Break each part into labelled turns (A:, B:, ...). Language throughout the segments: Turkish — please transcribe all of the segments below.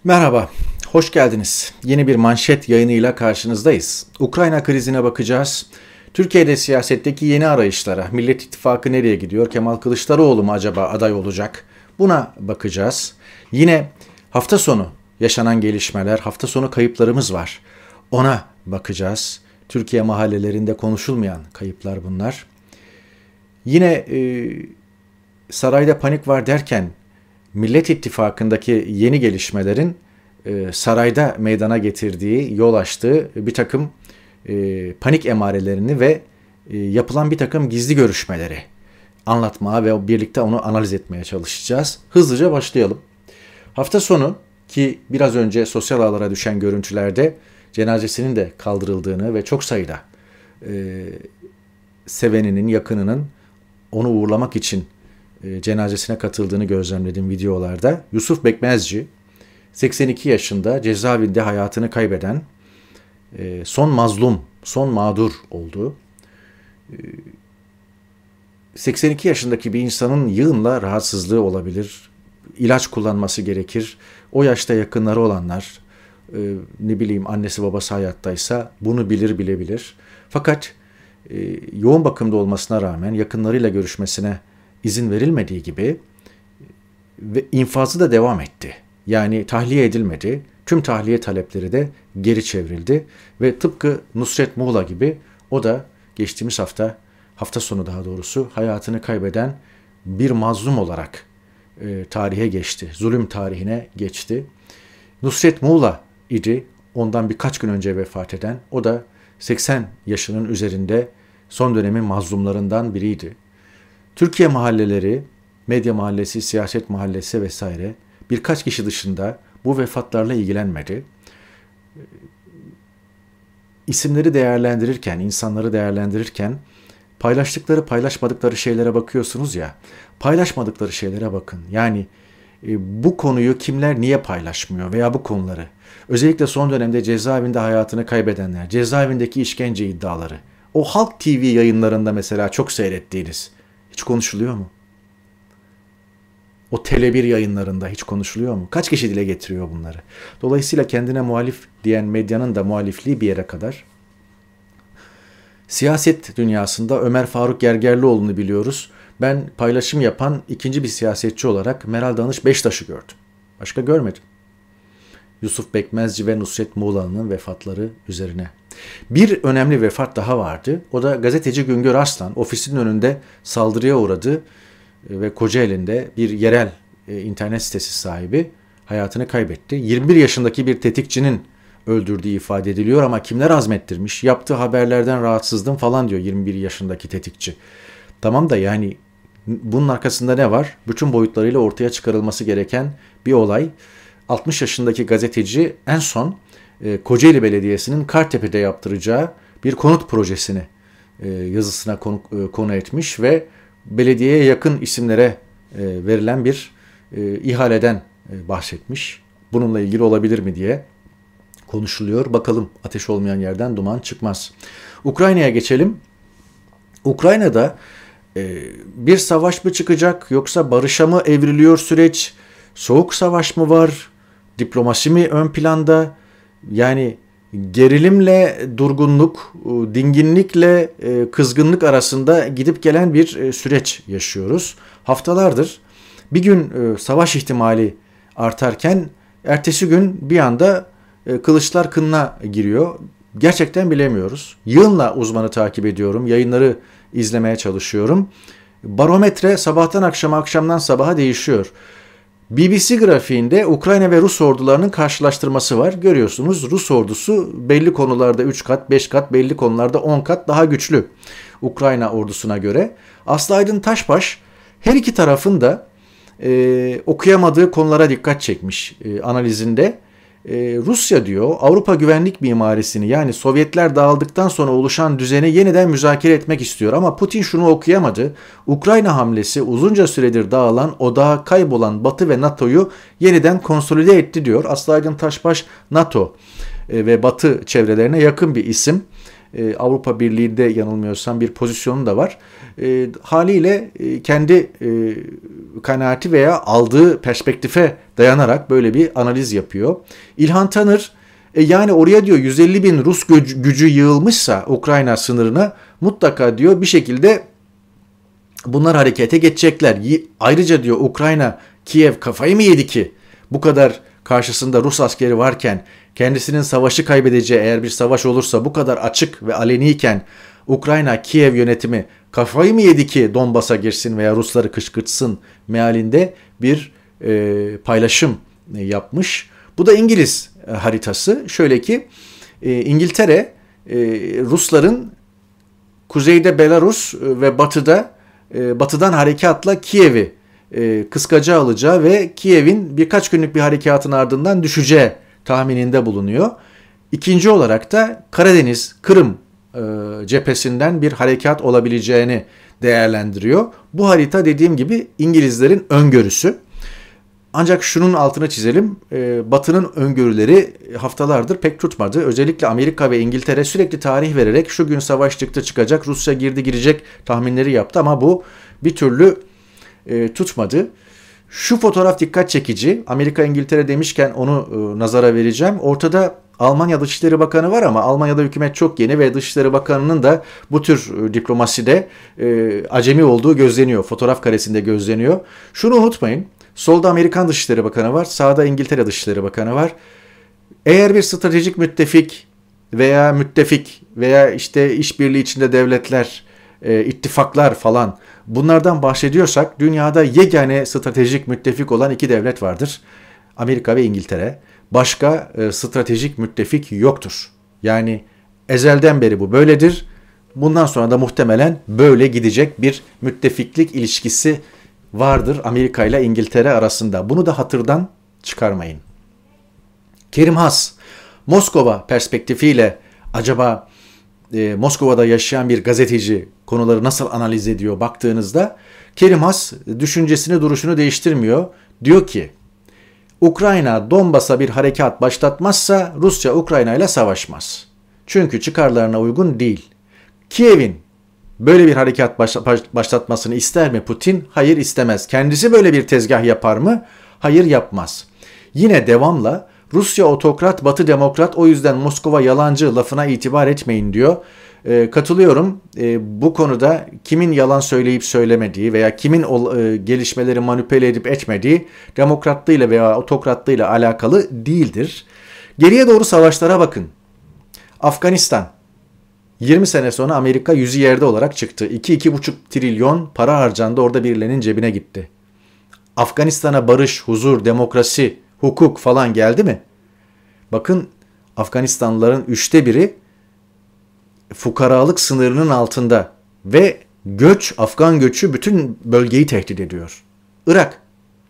A: Merhaba, hoş geldiniz. Yeni bir manşet yayınıyla karşınızdayız. Ukrayna krizine bakacağız. Türkiye'de siyasetteki yeni arayışlara, Millet İttifakı nereye gidiyor, Kemal Kılıçdaroğlu mu acaba aday olacak? Buna bakacağız. Yine hafta sonu yaşanan gelişmeler, hafta sonu kayıplarımız var. Ona bakacağız. Türkiye mahallelerinde konuşulmayan kayıplar bunlar. Yine sarayda panik var derken Millet İttifakı'ndaki yeni gelişmelerin sarayda meydana getirdiği, yol açtığı bir takım panik emarelerini ve yapılan bir takım gizli görüşmeleri anlatmaya ve birlikte onu analiz etmeye çalışacağız. Hızlıca başlayalım. Hafta sonu ki biraz önce sosyal ağlara düşen görüntülerde cenazesinin de kaldırıldığını ve çok sayıda seveninin, yakınının onu uğurlamak için cenazesine katıldığını gözlemledim videolarda. Yusuf Bekmezci, 82 yaşında cezaevinde hayatını kaybeden son mazlum, son mağdur oldu. 82 yaşındaki bir insanın yığınla rahatsızlığı olabilir, ilaç kullanması gerekir. O yaşta yakınları olanlar, ne bileyim annesi babası hayattaysa bunu bilebilir. Fakat yoğun bakımda olmasına rağmen yakınlarıyla görüşmesine izin verilmediği gibi ve infazı da devam etti. Yani tahliye edilmedi. Tüm tahliye talepleri de geri çevrildi ve tıpkı Nusret Muğla gibi o da geçtiğimiz hafta sonu daha doğrusu hayatını kaybeden bir mazlum olarak tarihe geçti. Zulüm tarihine geçti. Nusret Muğla idi. Ondan birkaç gün önce vefat eden. O da 80 yaşının üzerinde son dönemin mazlumlarından biriydi. Türkiye mahalleleri, medya mahallesi, siyaset mahallesi vesaire birkaç kişi dışında bu vefatlarla ilgilenmedi. İsimleri değerlendirirken, insanları değerlendirirken paylaştıkları, paylaşmadıkları şeylere bakıyorsunuz ya, paylaşmadıkları şeylere bakın. Yani bu konuyu kimler niye paylaşmıyor veya bu konuları. Özellikle son dönemde cezaevinde hayatını kaybedenler, cezaevindeki işkence iddiaları, o Halk TV yayınlarında mesela çok seyrettiğiniz hiç konuşuluyor mu? O Tele1 yayınlarında hiç konuşuluyor mu? Kaç kişi dile getiriyor bunları? Dolayısıyla kendine muhalif diyen medyanın da muhalifliği bir yere kadar. Siyaset dünyasında Ömer Faruk Gergerlioğlu'nu biliyoruz. Ben paylaşım yapan ikinci bir siyasetçi olarak Meral Danış Beştaş'ı gördüm. Başka görmedim. Yusuf Bekmezci ve Nusret Muğla'nın vefatları üzerine. Bir önemli vefat daha vardı. O da gazeteci Güngör Arslan ofisinin önünde saldırıya uğradı ve Kocaeli'nde bir yerel internet sitesi sahibi hayatını kaybetti. 21 yaşındaki bir tetikçinin öldürdüğü ifade ediliyor ama kimler azmettirmiş? Yaptığı haberlerden rahatsızdım falan diyor 21 yaşındaki tetikçi. Tamam da yani bunun arkasında ne var? Bütün boyutlarıyla ortaya çıkarılması gereken bir olay. 60 yaşındaki gazeteci en son Kocaeli Belediyesi'nin Kartepe'de yaptıracağı bir konut projesini yazısına konu etmiş ve belediyeye yakın isimlere verilen bir ihaleden bahsetmiş. Bununla ilgili olabilir mi diye konuşuluyor. Bakalım, ateş olmayan yerden duman çıkmaz. Ukrayna'ya geçelim. Ukrayna'da bir savaş mı çıkacak yoksa barışa mı evriliyor süreç? Soğuk savaş mı var? Diplomasi mi ön planda? Yani gerilimle durgunluk, dinginlikle kızgınlık arasında gidip gelen bir süreç yaşıyoruz. Haftalardır bir gün savaş ihtimali artarken ertesi gün bir anda kılıçlar kınına giriyor. Gerçekten bilemiyoruz. Yığınla uzmanı takip ediyorum. Yayınları izlemeye çalışıyorum. Barometre sabahtan akşama, akşamdan sabaha değişiyor. BBC grafiğinde Ukrayna ve Rus ordularının karşılaştırması var. Görüyorsunuz Rus ordusu belli konularda 3 kat, 5 kat, belli konularda 10 kat daha güçlü Ukrayna ordusuna göre. Aslı Aydın Taşbaş her iki tarafın da okuyamadığı konulara dikkat çekmiş analizinde. Rusya diyor Avrupa güvenlik mimarisini, yani Sovyetler dağıldıktan sonra oluşan düzeni yeniden müzakere etmek istiyor. Ama Putin şunu okuyamadı. Ukrayna hamlesi uzunca süredir dağılan, odağa kaybolan Batı ve NATO'yu yeniden konsolide etti diyor. Aslı Aydın Taşbaş NATO ve Batı çevrelerine yakın bir isim. Avrupa Birliği'nde yanılmıyorsam bir pozisyonu da var. Haliyle kendi kanaati veya aldığı perspektife dayanarak böyle bir analiz yapıyor. İlhan Tanır yani oraya diyor 150 bin Rus gücü yığılmışsa Ukrayna sınırına mutlaka diyor bir şekilde bunlar harekete geçecekler. Ayrıca diyor Ukrayna, Kiev kafayı mı yedi ki bu kadar karşısında Rus askeri varken kendisinin savaşı kaybedeceği eğer bir savaş olursa bu kadar açık ve aleniyken Ukrayna, Kiev yönetimi kafayı mı yedi ki Donbas'a girsin veya Rusları kışkırtsın mealinde bir paylaşım yapmış. Bu da İngiliz haritası. Şöyle ki İngiltere Rusların kuzeyde Belarus ve batıdan harekatla Kiev'i kıskaca alacağı ve Kiev'in birkaç günlük bir harekatın ardından düşeceği tahmininde bulunuyor. İkinci olarak da Karadeniz, Kırım cephesinden bir harekat olabileceğini değerlendiriyor. Bu harita dediğim gibi İngilizlerin öngörüsü. Ancak şunun altını çizelim, Batı'nın öngörüleri haftalardır pek tutmadı. Özellikle Amerika ve İngiltere sürekli tarih vererek şu gün savaş çıktı çıkacak, Rusya girdi girecek tahminleri yaptı ama bu bir türlü tutmadı. Şu fotoğraf dikkat çekici, Amerika İngiltere demişken onu nazara vereceğim. Ortada Almanya Dışişleri Bakanı var ama Almanya'da hükümet çok yeni ve Dışişleri Bakanı'nın da bu tür diplomaside acemi olduğu gözleniyor. Fotoğraf karesinde gözleniyor. Şunu unutmayın. Solda Amerikan Dışişleri Bakanı var, sağda İngiltere Dışişleri Bakanı var. Eğer bir stratejik müttefik veya işte işbirliği içinde devletler, ittifaklar falan bunlardan bahsediyorsak dünyada yegane stratejik müttefik olan iki devlet vardır. Amerika ve İngiltere. Başka stratejik müttefik yoktur. Yani ezelden beri bu böyledir. Bundan sonra da muhtemelen böyle gidecek bir müttefiklik ilişkisi vardır Amerika ile İngiltere arasında. Bunu da hatırdan çıkarmayın. Kerim Has, Moskova perspektifiyle acaba Moskova'da yaşayan bir gazeteci konuları nasıl analiz ediyor baktığınızda Kerim Has düşüncesini, duruşunu değiştirmiyor. Diyor ki Ukrayna Donbas'a bir harekat başlatmazsa Rusya Ukrayna ile savaşmaz. Çünkü çıkarlarına uygun değil. Kiev'in böyle bir harekat başlatmasını ister mi Putin? Hayır, istemez. Kendisi böyle bir tezgah yapar mı? Hayır, yapmaz. Yine devamla Rusya otokrat, Batı demokrat, o yüzden Moskova yalancı lafına itibar etmeyin diyor. Katılıyorum. Bu konuda kimin yalan söyleyip söylemediği veya kimin gelişmeleri manipüle edip etmediği demokratlığıyla veya otokratlığıyla alakalı değildir. Geriye doğru savaşlara bakın. Afganistan. 20 sene sonra Amerika yüzü yerde olarak çıktı. 2-2,5 trilyon para harcandı, orada birilerinin cebine gitti. Afganistan'a barış, huzur, demokrasi, hukuk falan geldi mi? Bakın Afganistanlıların 1/3 fukaralık sınırının altında ve Afgan göçü bütün bölgeyi tehdit ediyor. Irak.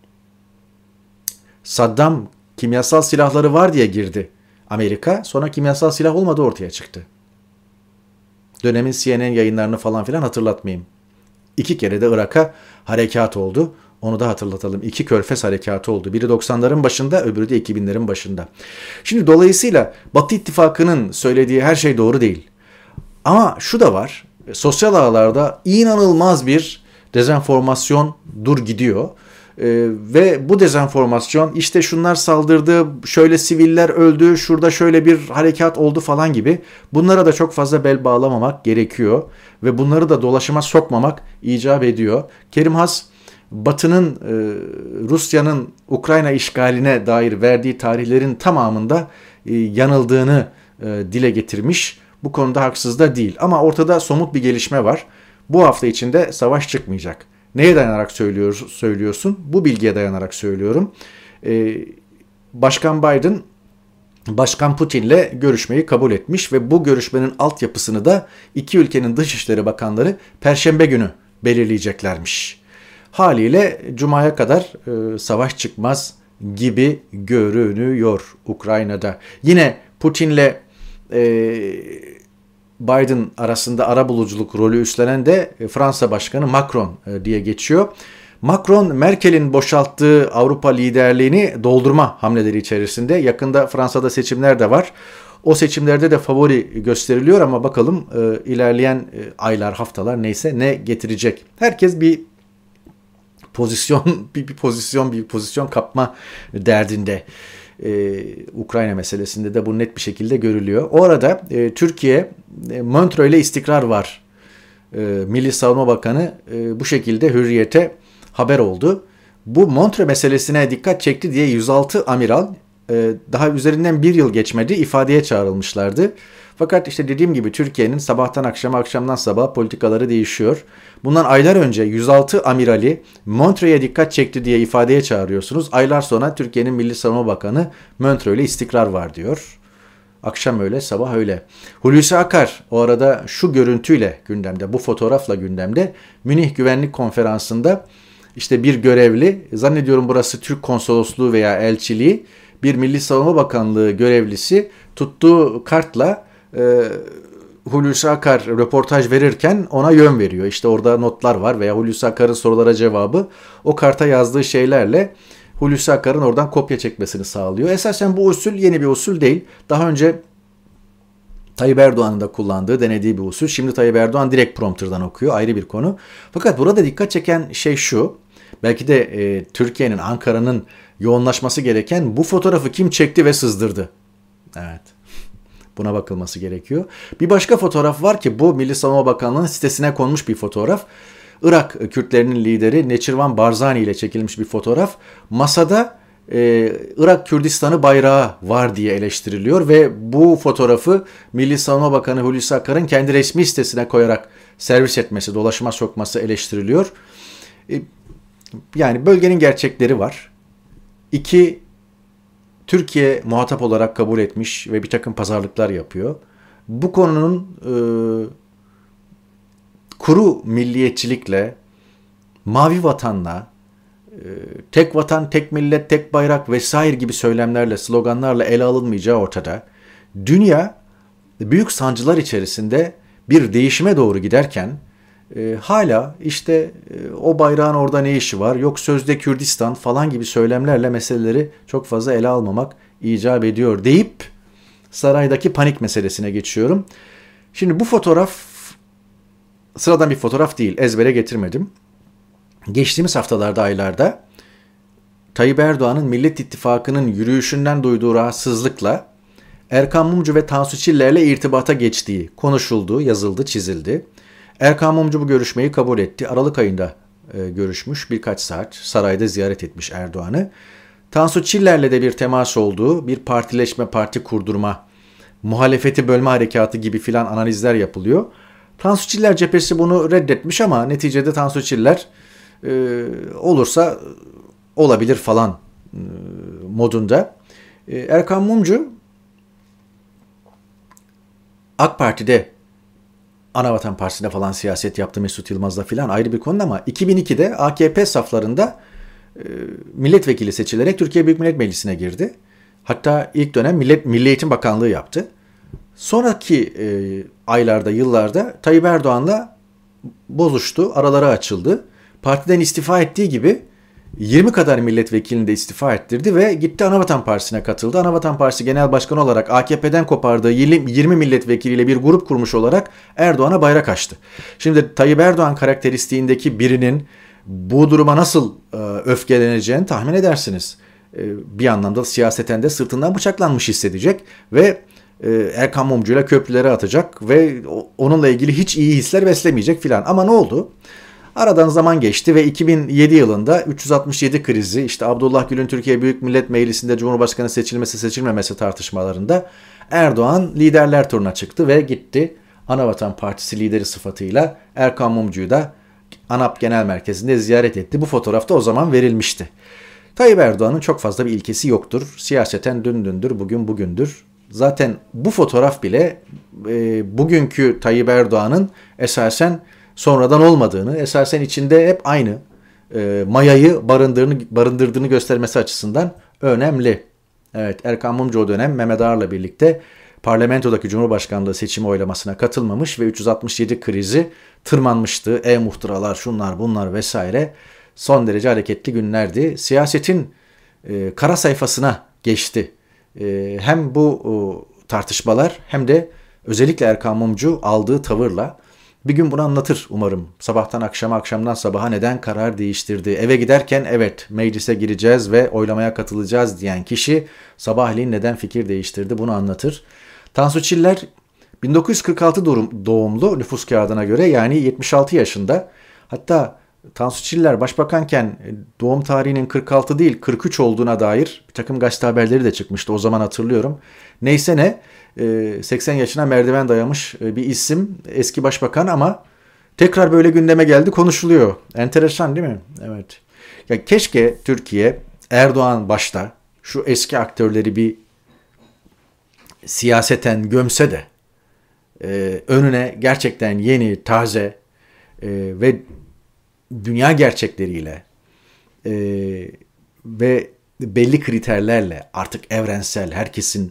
A: Saddam kimyasal silahları var diye girdi Amerika, sonra kimyasal silah olmadı ortaya çıktı. Dönemin CNN yayınlarını falan filan hatırlatmayayım. 2 kere de Irak'a harekat oldu. Onu da hatırlatalım. 2 Körfez harekatı oldu. Biri 90'ların başında, öbürü de 2000'lerin başında. Şimdi dolayısıyla Batı İttifakı'nın söylediği her şey doğru değil. Ama şu da var. Sosyal ağlarda inanılmaz bir dezenformasyon gidiyor. Ve bu dezenformasyon işte şunlar saldırdı, şöyle siviller öldü, şurada şöyle bir harekat oldu falan gibi. Bunlara da çok fazla bel bağlamamak gerekiyor. Ve bunları da dolaşıma sokmamak icap ediyor. Kerim Has, Batı'nın Rusya'nın Ukrayna işgaline dair verdiği tarihlerin tamamında yanıldığını dile getirmiş. Bu konuda haksız da değil. Ama ortada somut bir gelişme var. Bu hafta içinde savaş çıkmayacak. Neye dayanarak söylüyorsun? Bu bilgiye dayanarak söylüyorum. Başkan Biden, Başkan Putin'le görüşmeyi kabul etmiş ve bu görüşmenin altyapısını da iki ülkenin Dışişleri Bakanları Perşembe günü belirleyeceklermiş. Haliyle Cuma'ya kadar savaş çıkmaz gibi görünüyor Ukrayna'da. Yine Putin'le Biden arasında arabuluculuk rolü üstlenen de Fransa Başkanı Macron diye geçiyor. Macron, Merkel'in boşalttığı Avrupa liderliğini doldurma hamleleri içerisinde. Yakında Fransa'da seçimler de var. O seçimlerde de favori gösteriliyor ama bakalım ilerleyen aylar, haftalar neyse ne getirecek. Herkes bir pozisyon kapma derdinde. Ukrayna meselesinde de bu net bir şekilde görülüyor. O arada Türkiye, Montreux ile istikrar var. Milli Savunma Bakanı bu şekilde Hürriyet'e haber oldu. Bu Montreux meselesine dikkat çekti diye 106 amiral daha üzerinden bir yıl geçmedi ifadeye çağrılmışlardı. Fakat işte dediğim gibi Türkiye'nin sabahtan akşama, akşamdan sabaha politikaları değişiyor. Bundan aylar önce 106 amirali Montreux'e dikkat çekti diye ifadeye çağırıyorsunuz. Aylar sonra Türkiye'nin Milli Savunma Bakanı Montreux ile istikrar var diyor. Akşam öyle, sabah öyle. Hulusi Akar o arada şu görüntüyle gündemde, bu fotoğrafla gündemde. Münih Güvenlik Konferansı'nda işte bir görevli, zannediyorum burası Türk Konsolosluğu veya Elçiliği, bir Milli Savunma Bakanlığı görevlisi tuttuğu kartla Hulusi Akar röportaj verirken ona yön veriyor. İşte orada notlar var veya Hulusi Akar'ın sorulara cevabı o karta yazdığı şeylerle Hulusi Akar'ın oradan kopya çekmesini sağlıyor. Esasen bu usul yeni bir usul değil. Daha önce Tayyip Erdoğan'ın da kullandığı, denediği bir usul. Şimdi Tayyip Erdoğan direkt prompterdan okuyor. Ayrı bir konu. Fakat burada dikkat çeken şey şu. Belki de Türkiye'nin, Ankara'nın yoğunlaşması gereken bu fotoğrafı kim çekti ve sızdırdı? Evet. Buna bakılması gerekiyor. Bir başka fotoğraf var ki bu Milli Savunma Bakanlığı'nın sitesine konmuş bir fotoğraf. Irak Kürtlerinin lideri Neçirvan Barzani ile çekilmiş bir fotoğraf. Masada Irak Kürdistan'ı bayrağı var diye eleştiriliyor ve bu fotoğrafı Milli Savunma Bakanı Hulusi Akar'ın kendi resmi sitesine koyarak servis etmesi, dolaşıma sokması eleştiriliyor. Yani bölgenin gerçekleri var. İki, Türkiye muhatap olarak kabul etmiş ve bir takım pazarlıklar yapıyor. Bu konunun kuru milliyetçilikle, mavi vatanla, tek vatan, tek millet, tek bayrak vesaire gibi söylemlerle, sloganlarla ele alınmayacağı ortada. Dünya büyük sancılar içerisinde bir değişime doğru giderken hala işte o bayrağın orada ne işi var, yok sözde Kürdistan falan gibi söylemlerle meseleleri çok fazla ele almamak icap ediyor deyip saraydaki panik meselesine geçiyorum. Şimdi bu fotoğraf sıradan bir fotoğraf değil, ezbere getirmedim. Geçtiğimiz haftalarda, aylarda Tayyip Erdoğan'ın Millet İttifakı'nın yürüyüşünden duyduğu rahatsızlıkla Erkan Mumcu ve Tansu Çiller'le irtibata geçtiği konuşuldu, yazıldı, çizildi. Erkan Mumcu bu görüşmeyi kabul etti. Aralık ayında görüşmüş, birkaç saat sarayda ziyaret etmiş Erdoğan'ı. Tansu Çiller'le de bir temas olduğu, bir partileşme, parti kurdurma, muhalefeti bölme harekatı gibi filan analizler yapılıyor. Tansu Çiller cephesi bunu reddetmiş ama neticede Tansu Çiller olursa olabilir falan modunda. Erkan Mumcu AK Parti'de, Anavatan Partisi'nde falan siyaset yaptı, Mesut Yılmaz'la filan ayrı bir konu ama 2002'de AKP saflarında milletvekili seçilerek Türkiye Büyük Millet Meclisi'ne girdi. Hatta ilk dönem Milli Eğitim Bakanlığı yaptı. Sonraki aylarda, yıllarda Tayyip Erdoğan'la bozuştu, araları açıldı. Partiden istifa ettiği gibi 20 kadar milletvekilini de istifa ettirdi ve gitti Anavatan Partisi'ne katıldı. Anavatan Partisi Genel Başkanı olarak AKP'den kopardığı 20 milletvekiliyle bir grup kurmuş olarak Erdoğan'a bayrak açtı. Şimdi Tayyip Erdoğan karakteristiğindeki birinin bu duruma nasıl öfkeleneceğini tahmin edersiniz. Bir anlamda siyaseten de sırtından bıçaklanmış hissedecek ve Erkan Mumcu'yla köprülere atacak ve onunla ilgili hiç iyi hisler beslemeyecek filan. Ama ne oldu? Aradan zaman geçti ve 2007 yılında 367 krizi, işte Abdullah Gül'ün Türkiye Büyük Millet Meclisi'nde Cumhurbaşkanı seçilmesi seçilmemesi tartışmalarında Erdoğan liderler turuna çıktı ve gitti Anavatan Partisi lideri sıfatıyla Erkan Mumcu'yu da ANAP Genel Merkezi'nde ziyaret etti. Bu fotoğrafta o zaman verilmişti. Tayyip Erdoğan'ın çok fazla bir ilkesi yoktur. Siyaseten dün dündür, bugün bugündür. Zaten bu fotoğraf bile bugünkü Tayyip Erdoğan'ın esasen sonradan olmadığını, esasen içinde hep aynı mayayı barındırdığını göstermesi açısından önemli. Evet, Erkan Mumcu o dönem Mehmet Ağar'la birlikte parlamentodaki Cumhurbaşkanlığı seçimi oylamasına katılmamış ve 367 krizi tırmanmıştı. E-muhtıralar, şunlar bunlar vesaire. son derece hareketli günlerdi. Siyasetin kara sayfasına geçti. Hem bu tartışmalar hem de özellikle Erkan Mumcu aldığı tavırla bir gün bunu anlatır umarım. Sabahtan akşama, akşamdan sabaha neden karar değiştirdi? Eve giderken evet meclise gireceğiz ve oylamaya katılacağız diyen kişi sabahleyin neden fikir değiştirdi bunu anlatır. Tansu Çiller 1946 doğumlu nüfus kağıdına göre, yani 76 yaşında. Hatta Tansu Çiller başbakanken doğum tarihinin 46 değil 43 olduğuna dair bir takım gazete haberleri de çıkmıştı. O zaman hatırlıyorum. Neyse ne, 80 yaşına merdiven dayamış bir isim, eski başbakan, ama tekrar böyle gündeme geldi, konuşuluyor. Enteresan değil mi? Evet. Ya keşke Türkiye, Erdoğan başta, şu eski aktörleri bir siyaseten gömse de önüne gerçekten yeni, taze ve dünya gerçekleriyle ve belli kriterlerle, artık evrensel, herkesin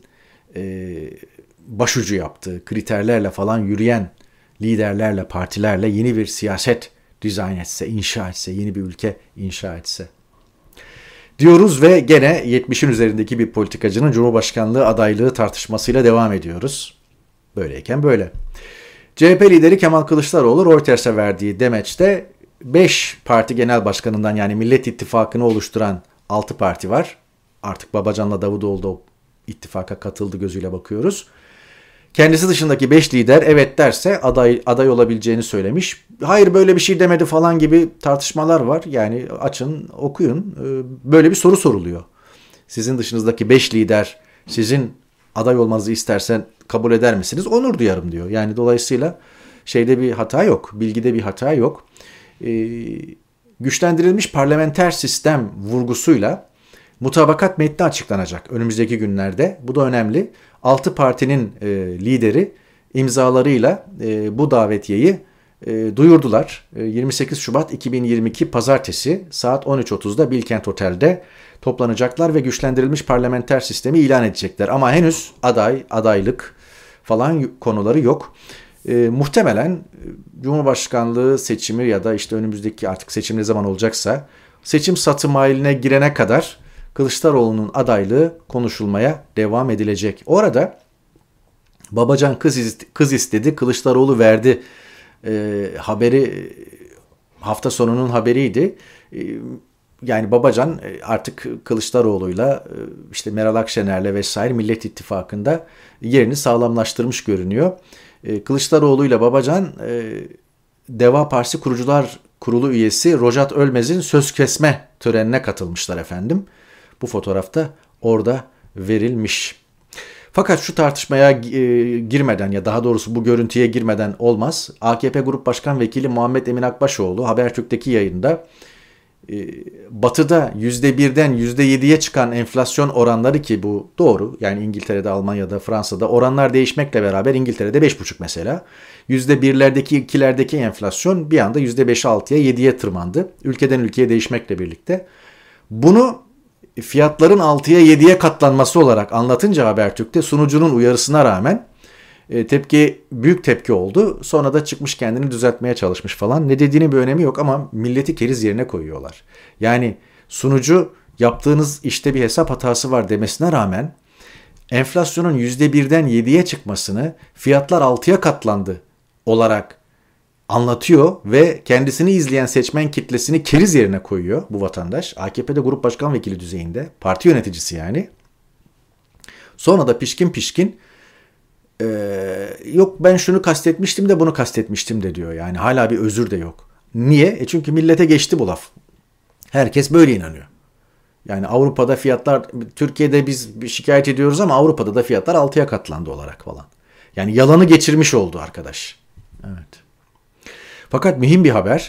A: başucu yaptığı kriterlerle falan yürüyen liderlerle, partilerle yeni bir siyaset dizayn etse, inşa etse, yeni bir ülke inşa etse diyoruz ve gene 70'in üzerindeki bir politikacının Cumhurbaşkanlığı adaylığı tartışmasıyla devam ediyoruz. Böyleyken böyle. CHP lideri Kemal Kılıçdaroğlu Reuters'e verdiği demeçte 5 parti genel başkanından, yani Millet İttifakı'nı oluşturan 6 parti var. Artık Babacan'la Davutoğlu da o ittifaka katıldı gözüyle bakıyoruz. Kendisi dışındaki 5 lider evet derse aday olabileceğini söylemiş. Hayır böyle bir şey demedi falan gibi tartışmalar var. Yani açın okuyun. Böyle bir soru soruluyor. Sizin dışınızdaki 5 lider sizin aday olmanızı istersen kabul eder misiniz? Onur duyarım diyor. Yani dolayısıyla şeyde bir hata yok. Bilgide bir hata yok. Güçlendirilmiş parlamenter sistem vurgusuyla mutabakat metni açıklanacak önümüzdeki günlerde. Bu da önemli. 6 partinin lideri imzalarıyla bu davetiyeyi duyurdular. 28 Şubat 2022 Pazartesi saat 13.30'da Bilkent Otel'de toplanacaklar ve güçlendirilmiş parlamenter sistemi ilan edecekler. Ama henüz adaylık falan konuları yok. Muhtemelen Cumhurbaşkanlığı seçimi ya da işte önümüzdeki artık seçim ne zaman olacaksa seçim satım haline girene kadar Kılıçdaroğlu'nun adaylığı konuşulmaya devam edilecek. Orada Babacan kız istedi, Kılıçdaroğlu verdi haberi hafta sonunun haberiydi. Yani Babacan artık Kılıçdaroğlu'yla işte Meral Akşener'le vesaire Millet İttifakı'nda yerini sağlamlaştırmış görünüyor. Kılıçdaroğlu'yla Babacan Deva Partisi Kurucular Kurulu üyesi Rojat Ölmez'in söz kesme törenine katılmışlar efendim. Bu fotoğrafta orada verilmiş. Fakat şu tartışmaya girmeden, ya daha doğrusu bu görüntüye girmeden olmaz. AKP Grup Başkan Vekili Muhammed Emin Akbaşoğlu Habertürk'teki yayında Batı'da %1'den %7'ye çıkan enflasyon oranları, ki bu doğru. Yani İngiltere'de, Almanya'da, Fransa'da oranlar değişmekle beraber İngiltere'de 5,5 mesela. %1'lerdeki, 2'lerdeki enflasyon bir anda %5'e, 6'ya, 7'ye tırmandı. Ülkeden ülkeye değişmekle birlikte. Bunu fiyatların 6'ya 7'ye katlanması olarak anlatınca Habertürk'te sunucunun uyarısına rağmen büyük tepki oldu. Sonra da çıkmış kendini düzeltmeye çalışmış falan. Ne dediğinin bir önemi yok ama milleti keriz yerine koyuyorlar. Yani sunucu yaptığınız işte bir hesap hatası var demesine rağmen enflasyonun %1'den 7'ye çıkmasını fiyatlar 6'ya katlandı olarak anlatıyor ve kendisini izleyen seçmen kitlesini keriz yerine koyuyor bu vatandaş. AKP'de grup başkan vekili düzeyinde, parti yöneticisi yani. Sonra da pişkin yok ben şunu kastetmiştim de bunu kastetmiştim de diyor. Yani hala bir özür de yok. Niye? Çünkü millete geçti bu laf. Herkes böyle inanıyor. Yani Avrupa'da fiyatlar, Türkiye'de biz şikayet ediyoruz ama Avrupa'da da fiyatlar 6'ya katlandı olarak falan. Yani yalanı geçirmiş oldu arkadaş. Evet. Fakat mühim bir haber.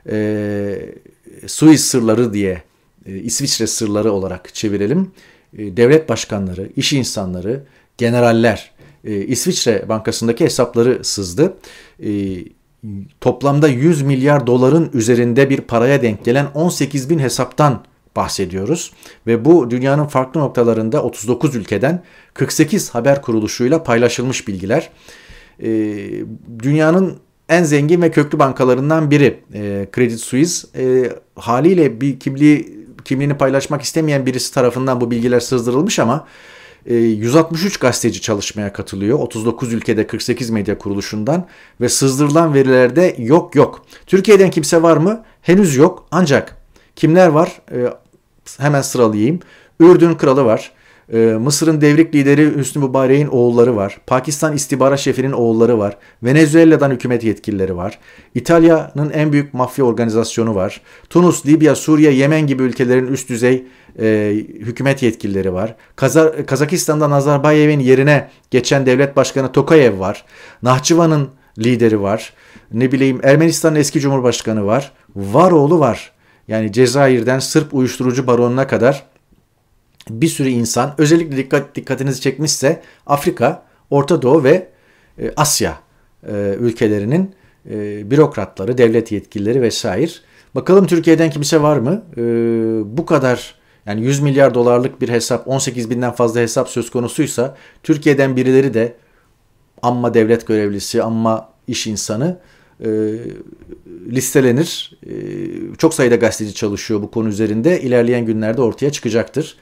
A: Suiz sırları diye İsviçre sırları olarak çevirelim. Devlet başkanları, iş insanları, generaller İsviçre Bankası'ndaki hesapları sızdı. Toplamda 100 milyar doların üzerinde bir paraya denk gelen 18 bin hesaptan bahsediyoruz. Ve bu dünyanın farklı noktalarında 39 ülkeden 48 haber kuruluşuyla paylaşılmış bilgiler. Dünyanın en zengin ve köklü bankalarından biri Credit Suisse. Haliyle bir kimliğini paylaşmak istemeyen birisi tarafından bu bilgiler sızdırılmış ama 163 gazeteci çalışmaya katılıyor. 39 ülkede 48 medya kuruluşundan ve sızdırılan verilerde yok. Türkiye'den kimse var mı? Henüz yok. Ancak kimler var? Hemen sıralayayım. Ürdün kralı var. Mısır'ın devrik lideri Hüsnü Mübarek'in oğulları var. Pakistan istihbarat şefinin oğulları var. Venezuela'dan hükümet yetkilileri var. İtalya'nın en büyük mafya organizasyonu var. Tunus, Libya, Suriye, Yemen gibi ülkelerin üst düzey hükümet yetkilileri var. Kazakistan'da Nazarbayev'in yerine geçen devlet başkanı Tokayev var. Nahçıvan'ın lideri var. Ermenistan'ın eski cumhurbaşkanı var. Varoğlu var. Yani Cezayir'den Sırp uyuşturucu baronuna kadar bir sürü insan, özellikle dikkatinizi çekmişse Afrika, Orta Doğu ve Asya ülkelerinin bürokratları, devlet yetkilileri vesaire. Bakalım Türkiye'den kimse var mı? Bu kadar, yani 100 milyar dolarlık bir hesap, 18 binden fazla hesap söz konusuysa Türkiye'den birileri de amma devlet görevlisi, amma iş insanı listelenir. Çok sayıda gazeteci çalışıyor bu konu üzerinde. İlerleyen günlerde ortaya çıkacaktır.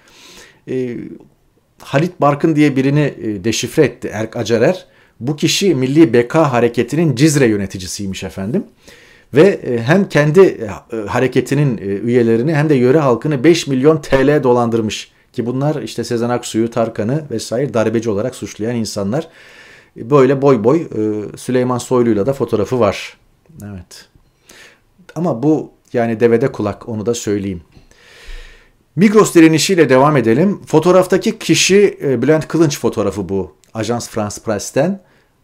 A: Halit Barkın diye birini deşifre etti Erk Acarer. Bu kişi Milli Beka Hareketi'nin Cizre yöneticisiymiş efendim. Ve hem kendi hareketinin üyelerini hem de yöre halkını 5 milyon TL dolandırmış. Ki bunlar işte Sezen Aksu'yu, Tarkan'ı vesaire darbeci olarak suçlayan insanlar. Böyle boy boy Süleyman Soylu'yla da fotoğrafı var. Evet. Ama bu yani devede kulak, onu da söyleyeyim. Migros direnişiyle devam edelim. Fotoğraftaki kişi Bülent Kılınç fotoğrafı bu. Ajans France Presse'ten.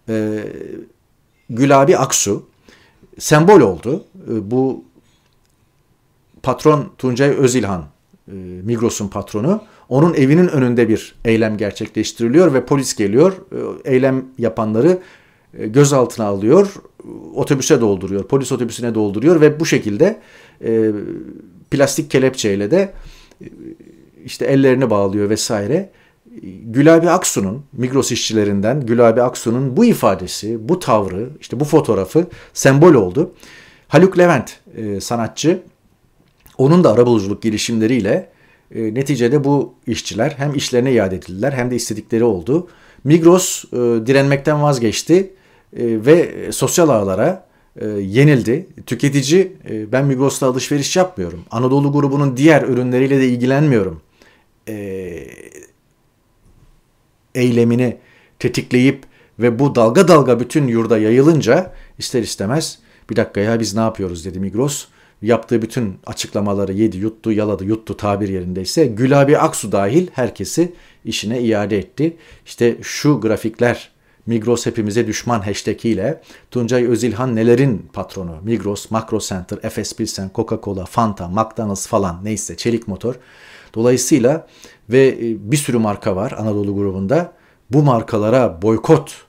A: Gülabi Aksu. Sembol oldu. Bu patron Tuncay Özilhan, Migros'un patronu. Onun evinin önünde bir eylem gerçekleştiriliyor ve polis geliyor. Eylem yapanları gözaltına alıyor. Otobüse dolduruyor. Polis otobüsüne dolduruyor ve bu şekilde plastik kelepçeyle de işte ellerini bağlıyor vesaire. Gülabi Aksu'nun, Migros işçilerinden Gülabi Aksu'nun bu ifadesi, bu tavrı, işte bu fotoğrafı sembol oldu. Haluk Levent sanatçı, onun da arabuluculuk girişimleriyle neticede bu işçiler hem işlerine iade edildiler hem de istedikleri oldu. Migros direnmekten vazgeçti ve sosyal ağlara yenildi. Tüketici, ben Migros'ta alışveriş yapmıyorum, Anadolu grubunun diğer ürünleriyle de ilgilenmiyorum eylemini tetikleyip ve bu dalga dalga bütün yurda yayılınca ister istemez bir dakika ya biz ne yapıyoruz dedi Migros. Yaptığı bütün açıklamaları yedi, yuttu, yaladı, yuttu tabir yerindeyse. Gülabi Aksu dahil herkesi işine iade etti. İşte şu grafikler, Migros hepimize düşman hashtag ile Tuncay Özilhan nelerin patronu? Migros, Makro Center, Efes Pilsen, Coca-Cola, Fanta, McDonald's falan neyse, Çelik Motor. Dolayısıyla ve bir sürü marka var Anadolu grubunda. Bu markalara boykot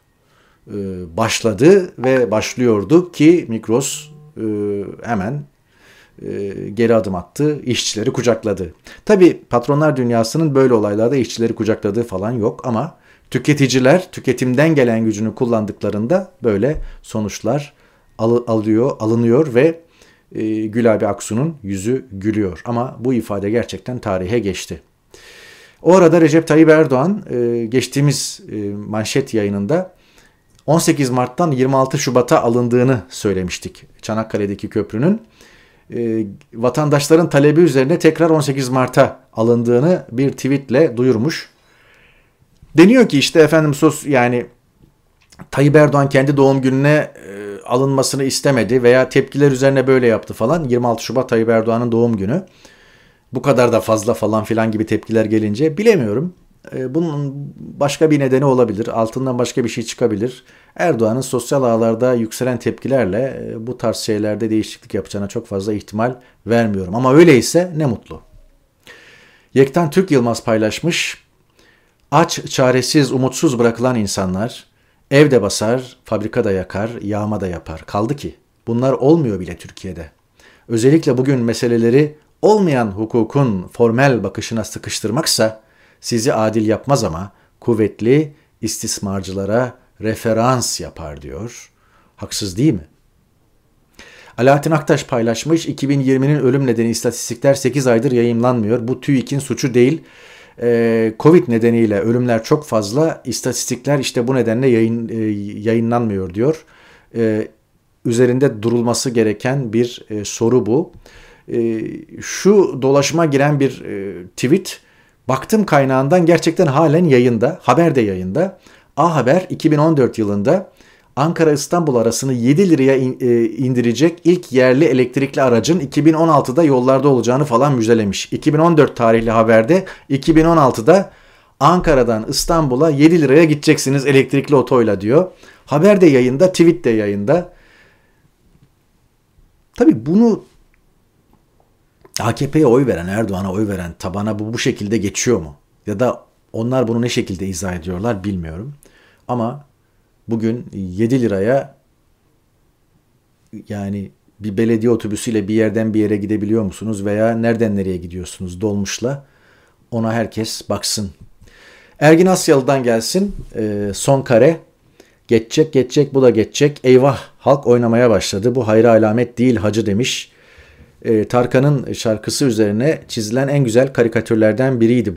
A: başladı ve başlıyordu ki Migros hemen geri adım attı, işçileri kucakladı. Tabii patronlar dünyasının böyle olaylarda işçileri kucakladığı falan yok ama tüketiciler tüketimden gelen gücünü kullandıklarında böyle sonuçlar alınıyor ve Gülabi Aksu'nun yüzü gülüyor. Ama bu ifade gerçekten tarihe geçti. O arada Recep Tayyip Erdoğan geçtiğimiz manşet yayınında 18 Mart'tan 26 Şubat'a alındığını söylemiştik Çanakkale'deki köprünün. Vatandaşların talebi üzerine tekrar 18 Mart'a alındığını bir tweetle duyurmuş. Deniyor ki işte efendim yani Tayyip Erdoğan kendi doğum gününe alınmasını istemedi veya tepkiler üzerine böyle yaptı falan. 26 Şubat Tayyip Erdoğan'ın doğum günü. Bu kadar da fazla falan filan gibi tepkiler gelince bilemiyorum. Bunun başka bir nedeni olabilir. Altından başka bir şey çıkabilir. Erdoğan'ın sosyal ağlarda yükselen tepkilerle bu tarz şeylerde değişiklik yapacağına çok fazla ihtimal vermiyorum. Ama öyleyse ne mutlu. Yektan Türk Yılmaz paylaşmış. Aç, çaresiz, umutsuz bırakılan insanlar evde basar, fabrikada yakar, yağma da yapar. Kaldı ki bunlar olmuyor bile Türkiye'de. Özellikle bugün meseleleri olmayan hukukun formel bakışına sıkıştırmaksa sizi adil yapmaz ama kuvvetli istismarcılara referans yapar diyor. Haksız değil mi? Alaaddin Aktaş paylaşmış. 2020'nin ölüm nedeni istatistikler 8 aydır yayımlanmıyor. Bu TÜİK'in suçu değil. Covid nedeniyle ölümler çok fazla. İstatistikler işte bu nedenle yayınlanmıyor diyor. Üzerinde durulması gereken bir soru bu. Şu dolaşıma giren bir tweet. Baktım kaynağından gerçekten halen yayında. Haber de yayında. A Haber 2014 yılında Ankara-İstanbul arasını 7 liraya indirecek ilk yerli elektrikli aracın 2016'da yollarda olacağını falan müjdelemiş. 2014 tarihli haberde 2016'da Ankara'dan İstanbul'a 7 liraya gideceksiniz elektrikli otoyla diyor. Haber de yayında, tweet de yayında. Tabii bunu AKP'ye oy veren, Erdoğan'a oy veren tabana bu şekilde geçiyor mu? Ya da onlar bunu ne şekilde izah ediyorlar bilmiyorum. Ama bugün 7 liraya yani bir belediye otobüsüyle bir yerden bir yere gidebiliyor musunuz? Veya nereden nereye gidiyorsunuz dolmuşla? Ona herkes baksın. Ergin Asyalı'dan gelsin. Son kare. Geçecek bu da geçecek. Eyvah halk oynamaya başladı. Bu hayra alamet değil hacı demiş. Tarkan'ın şarkısı üzerine çizilen en güzel karikatürlerden biriydi